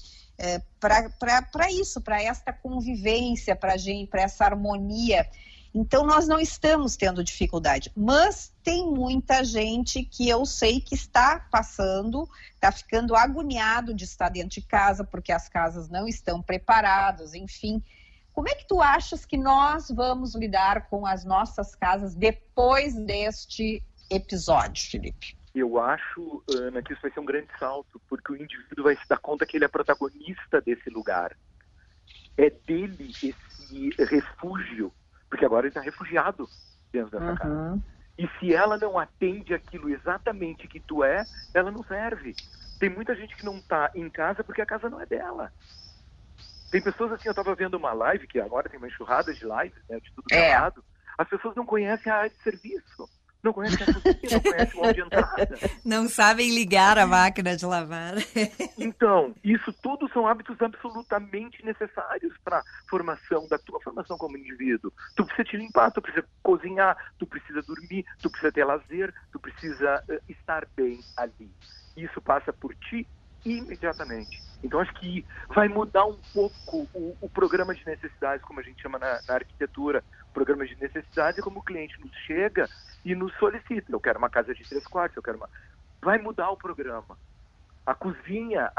S2: para isso, para esta convivência, para essa harmonia. Então, nós não estamos tendo dificuldade, mas tem muita gente que eu sei que está ficando agoniado de estar dentro de casa, porque as casas não estão preparadas, enfim. Como é que tu achas que nós vamos lidar com as nossas casas depois deste episódio, Felipe?
S3: Eu acho, Ana, que isso vai ser um grande salto, porque o indivíduo vai se dar conta que ele é protagonista desse lugar. É dele esse refúgio, porque agora ele está refugiado dentro dessa casa. E se ela não atende aquilo exatamente que tu é, ela não serve. Tem muita gente que não está em casa porque a casa não é dela. Tem pessoas assim, eu estava vendo uma live, que agora tem uma enxurrada de lives, né, de tudo gravado. As pessoas não conhecem a área de serviço. Não conhecem a cozinha, não conhecem o hall de entrada.
S1: Não sabem ligar a máquina de lavar.
S3: Então, isso tudo são hábitos absolutamente necessários para da tua formação como indivíduo. Tu precisa te limpar, tu precisa cozinhar, tu precisa dormir, tu precisa ter lazer, tu precisa estar bem ali. Isso passa por ti imediatamente. Então, acho que vai mudar um pouco o programa de necessidades, como a gente chama na arquitetura. O programa de necessidades é como o cliente nos chega e nos solicita. Eu quero uma casa de 3 quartos, eu quero uma... Vai mudar o programa. A cozinha,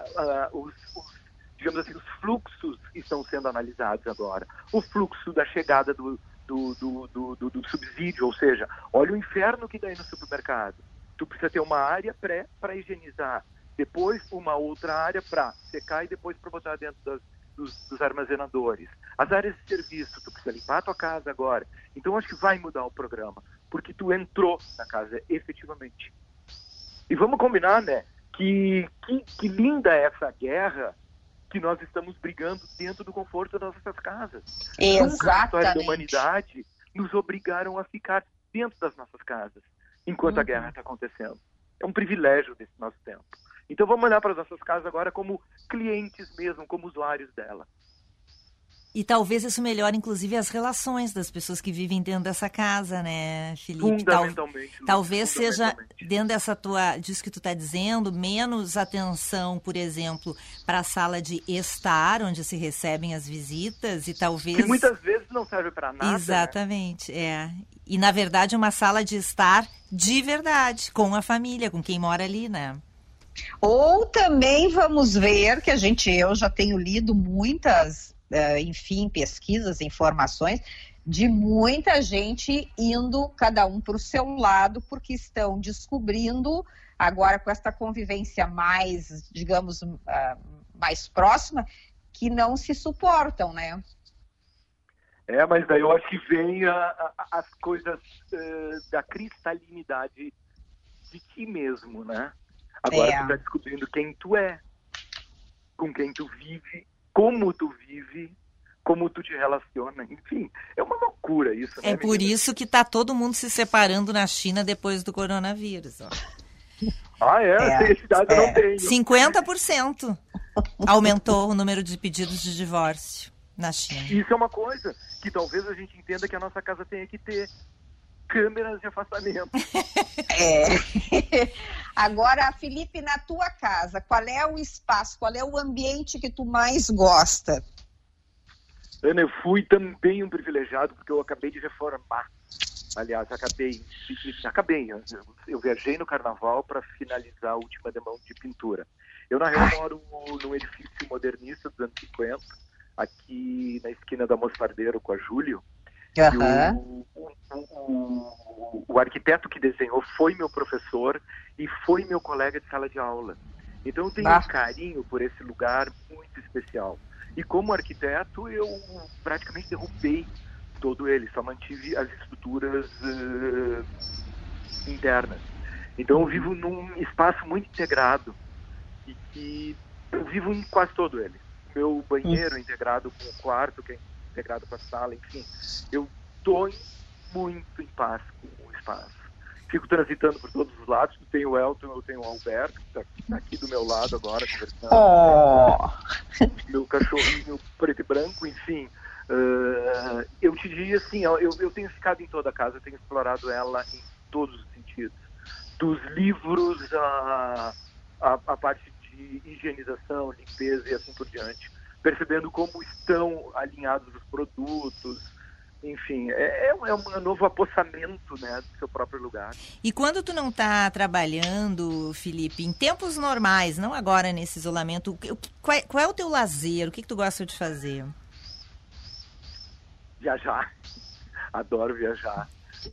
S3: digamos assim, os fluxos estão sendo analisados agora. O fluxo da chegada do subsídio, ou seja, olha o inferno que dá aí no supermercado. Tu precisa ter uma área para higienizar, depois uma outra área para secar e depois para botar dentro dos armazenadores. As áreas de serviço, tu precisa limpar a tua casa agora. Então, acho que vai mudar o programa, porque tu entrou na casa efetivamente. E vamos combinar, né, que linda é essa guerra que nós estamos brigando dentro do conforto das nossas casas.
S2: Exatamente.
S3: A história da humanidade nos obrigaram a ficar dentro das nossas casas, enquanto a guerra está acontecendo. É um privilégio desse nosso tempo. Então vamos olhar para as nossas casas agora como clientes mesmo, como usuários dela.
S1: E talvez isso melhore, inclusive, as relações das pessoas que vivem dentro dessa casa, né, Felipe?
S3: Fundamentalmente.
S1: Talvez seja, dentro disso que tu está dizendo, menos atenção, por exemplo, para a sala de estar, onde se recebem as visitas, e talvez...
S3: Que muitas vezes não serve para nada.
S1: Exatamente, E, na verdade, uma sala de estar de verdade, com a família, com quem mora ali, né?
S2: Ou também vamos ver que eu já tenho lido muitas... pesquisas, informações de muita gente indo cada um para o seu lado, porque estão descobrindo agora com esta convivência mais, digamos, mais próxima, que não se suportam, né?
S3: Mas daí eu acho que vem as coisas da cristalinidade de ti mesmo, né? Agora tu está descobrindo quem tu é, com quem tu vive, como tu vive, como tu te relaciona, enfim, é uma loucura isso, né?
S1: É por isso que está todo mundo se separando na China depois do coronavírus, ó.
S3: Esse dado eu não tenho.
S1: 50% aumentou o número de pedidos de divórcio na China.
S3: Isso é uma coisa que talvez a gente entenda que a nossa casa tenha que ter. câmeras de afastamento.
S2: Agora, Felipe, na tua casa, qual é o espaço, qual é o ambiente que tu mais gosta?
S3: Ana, eu fui também um privilegiado, porque eu acabei de reformar. Aliás, acabei. Eu viajei no Carnaval para finalizar a última demão de pintura. Eu, na real, moro num edifício modernista dos anos 50, aqui na esquina da Mostardeiro com a Júlio. O arquiteto que desenhou foi meu professor e foi meu colega de sala de aula. Então eu tenho um carinho por esse lugar muito especial. E como arquiteto, eu praticamente derrubei todo ele, só mantive as estruturas internas. Então eu vivo num espaço muito integrado e que eu vivo em quase todo ele. Meu banheiro é integrado com o quarto, que é integrado com a sala, enfim. Eu estou muito em paz com o espaço. Fico transitando por todos os lados. Eu tenho o Elton, eu tenho o Alberto, que está aqui do meu lado agora, conversando. Meu cachorrinho preto e branco, enfim. Eu te diria assim, eu tenho ficado em toda a casa, eu tenho explorado ela em todos os sentidos. Dos livros a parte de higienização, limpeza e assim por diante. Percebendo como estão alinhados os produtos. Enfim, é um novo apossamento, né, do seu próprio lugar.
S1: E quando tu não está trabalhando, Felipe, em tempos normais, não agora nesse isolamento, qual é o teu lazer? O que tu gosta de fazer?
S3: Viajar. Adoro viajar.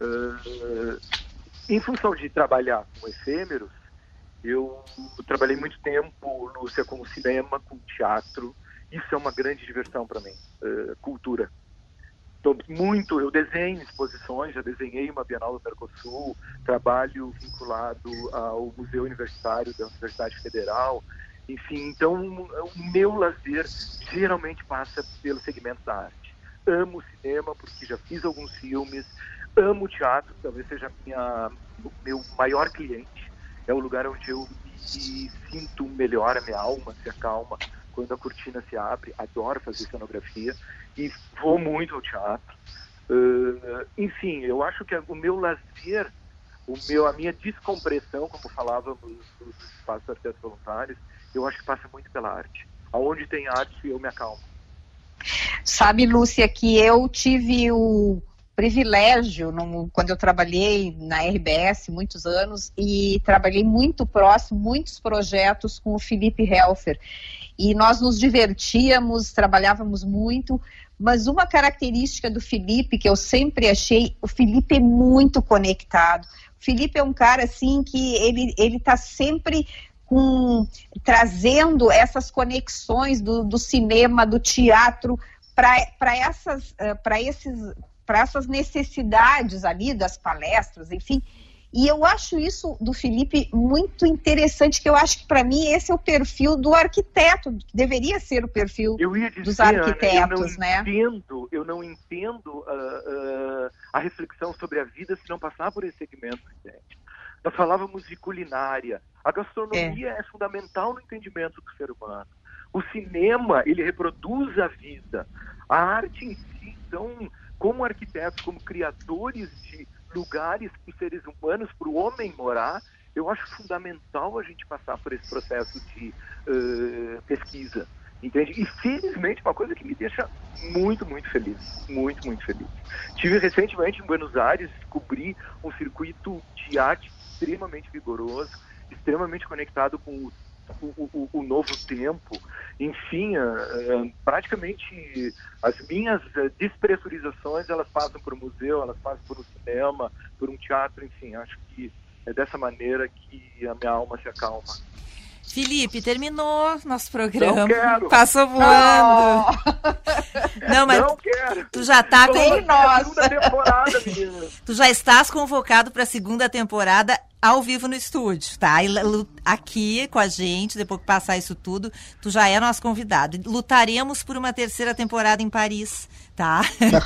S3: Em função de trabalhar com efêmeros, eu trabalhei muito tempo, Lúcia, com cinema, com teatro. Isso é uma grande diversão para mim. Cultura. Eu desenho exposições, já desenhei uma Bienal do Mercosul, trabalho vinculado ao Museu Universitário da Universidade Federal, enfim, então o meu lazer geralmente passa pelo segmento da arte. Amo cinema, porque já fiz alguns filmes, amo teatro, talvez seja o meu maior cliente, é o lugar onde eu me sinto melhor, a minha alma se acalma quando a cortina se abre, adoro fazer cenografia e vou muito ao teatro. Enfim, eu acho que o meu lazer, a minha descompressão, como falávamos nos espaços arquitetos voluntários, eu acho que passa muito pela arte. Aonde tem arte, eu me acalmo.
S2: Sabe, Lúcia, que eu tive o privilégio, quando eu trabalhei na RBS muitos anos, e trabalhei muito próximo, muitos projetos com o Felipe Helfer. E nós nos divertíamos, trabalhávamos muito, mas uma característica do Felipe, que eu sempre achei, o Felipe é muito conectado. O Felipe é um cara, assim, que ele está sempre trazendo essas conexões do cinema, do teatro, para essas necessidades ali das palestras, enfim. E eu acho isso do Felipe muito interessante, que eu acho que para mim esse é o perfil do arquiteto, que deveria ser o perfil dos arquitetos,
S3: Ana, eu não entendo a reflexão sobre a vida se não passar por esse segmento, gente. Nós falávamos de culinária. A gastronomia é fundamental no entendimento do ser humano. O cinema, ele reproduz a vida. A arte em si, então, como arquitetos, como criadores de lugares para os seres humanos, para o homem morar, eu acho fundamental a gente passar por esse processo de pesquisa, entende? E felizmente uma coisa que me deixa muito, muito feliz, muito, muito feliz. Tive recentemente em Buenos Aires, descobri um circuito de arte extremamente vigoroso, extremamente conectado com o novo tempo. Enfim, praticamente as minhas despressurizações, elas passam por um museu, elas passam por um cinema, por um teatro, enfim, acho que é dessa maneira que a minha alma se acalma.
S1: Felipe, terminou nosso programa.
S3: Não quero.
S1: Passou voando. Não, mas
S3: não quero.
S1: Tu já tá
S3: segunda temporada, menina.
S1: Tu já estás convocado para a segunda temporada ao vivo no estúdio, tá? E aqui com a gente, depois que passar isso tudo, tu já é nosso convidado. Lutaremos por uma terceira temporada em Paris, tá?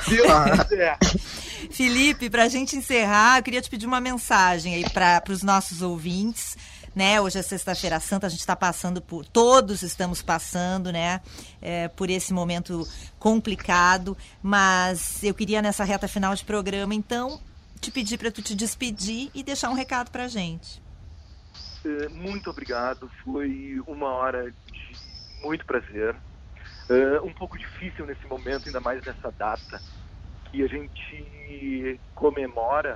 S1: Felipe, pra gente encerrar, eu queria te pedir uma mensagem aí para os nossos ouvintes. Né? Hoje é Sexta-feira Santa, a gente está passando todos estamos passando, né? Por esse momento complicado, mas eu queria nessa reta final de programa, então, te pedir para tu te despedir e deixar um recado para a gente.
S3: Muito obrigado, foi uma hora de muito prazer. Um pouco difícil nesse momento, ainda mais nessa data, que a gente comemora,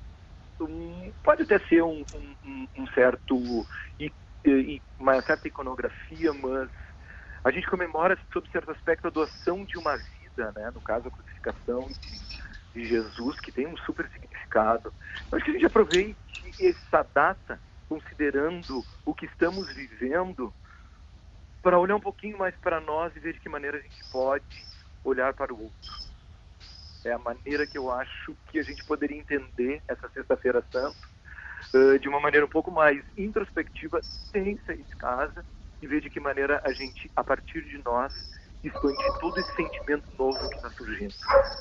S3: pode até ser um certo, uma certa iconografia, mas a gente comemora, sob certo aspecto, a doação de uma vida, né? No caso, a crucificação de Jesus, que tem um super significado. Eu acho que a gente aproveite essa data, considerando o que estamos vivendo, para olhar um pouquinho mais para nós e ver de que maneira a gente pode olhar para o outro. É a maneira que eu acho que a gente poderia entender essa Sexta-feira Santa, de uma maneira um pouco mais introspectiva, sem sair de casa, e ver de que maneira a gente, a partir de nós, expande todo esse sentimento novo que está surgindo.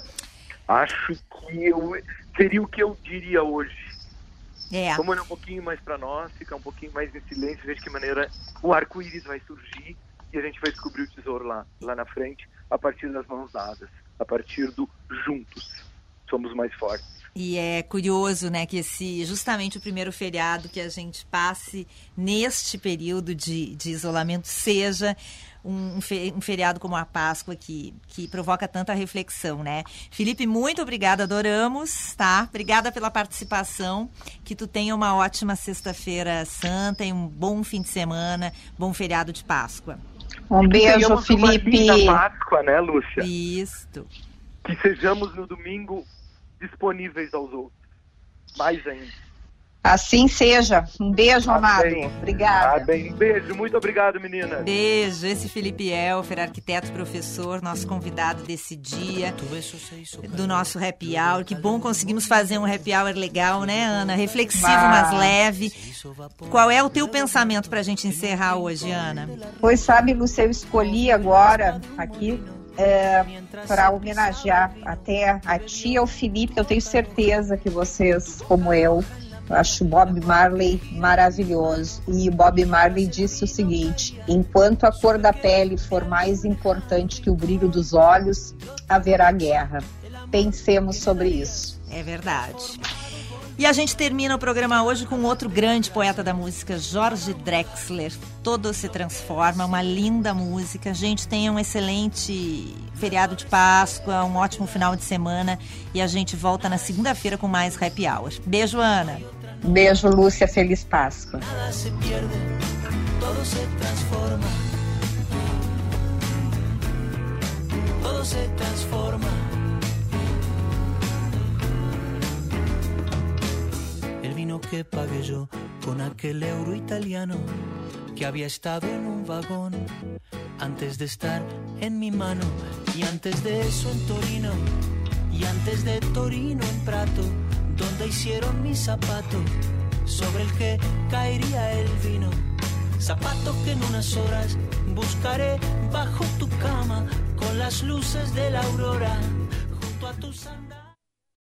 S3: Acho que seria o que eu diria hoje. Vamos olhar um pouquinho mais para nós, ficar um pouquinho mais em silêncio, ver de que maneira o arco-íris vai surgir e a gente vai descobrir o tesouro lá na frente, a partir das mãos dadas, a partir do juntos. Somos mais fortes.
S1: E é curioso, né, que justamente o primeiro feriado que a gente passe neste período de isolamento seja um feriado como a Páscoa que provoca tanta reflexão, né? Felipe, muito obrigada, adoramos, tá? Obrigada pela participação, que tu tenha uma ótima Sexta-feira Santa e um bom fim de semana, bom feriado de Páscoa.
S2: Um beijo, Felipe.
S3: Uma linda Páscoa, né, Lúcia?
S1: Isso.
S3: Que sejamos no domingo disponíveis aos outros, mais ainda.
S2: Assim seja. Um beijo, amado. Obrigada.
S3: Bem. Um beijo. Muito obrigado, menina.
S1: Beijo. Esse Felipe Elfer, arquiteto, professor, nosso convidado desse dia, do nosso happy hour. Que bom conseguimos fazer um happy hour legal, né, Ana? Reflexivo, mas leve. Qual é o teu pensamento para a gente encerrar hoje, Ana?
S2: Pois sabe, Lúcia, eu escolhi agora aqui para homenagear até a ti e ao Felipe. Eu tenho certeza que vocês, como eu, acho Bob Marley maravilhoso. E Bob Marley disse o seguinte: enquanto a cor da pele for mais importante que o brilho dos olhos, haverá guerra. Pensemos sobre isso.
S1: É verdade. E a gente termina o programa hoje com outro grande poeta da música, Jorge Drexler. Todo se transforma, uma linda música. Gente, tenha um excelente feriado de Páscoa, um ótimo final de semana. E a gente volta na segunda-feira com mais Happy Hour. Beijo, Ana.
S2: Beijo, Lúcia. Feliz Páscoa.
S5: Nada se pierde, todo se transforma. Todo se transforma. Que pagué yo con aquel euro italiano que había estado en un vagón antes de estar en mi mano, y antes de eso en Torino, y antes de Torino en Prato, donde hicieron mi zapato sobre el que caería el vino, zapato que en unas horas buscaré bajo tu cama con las luces de la aurora junto a tus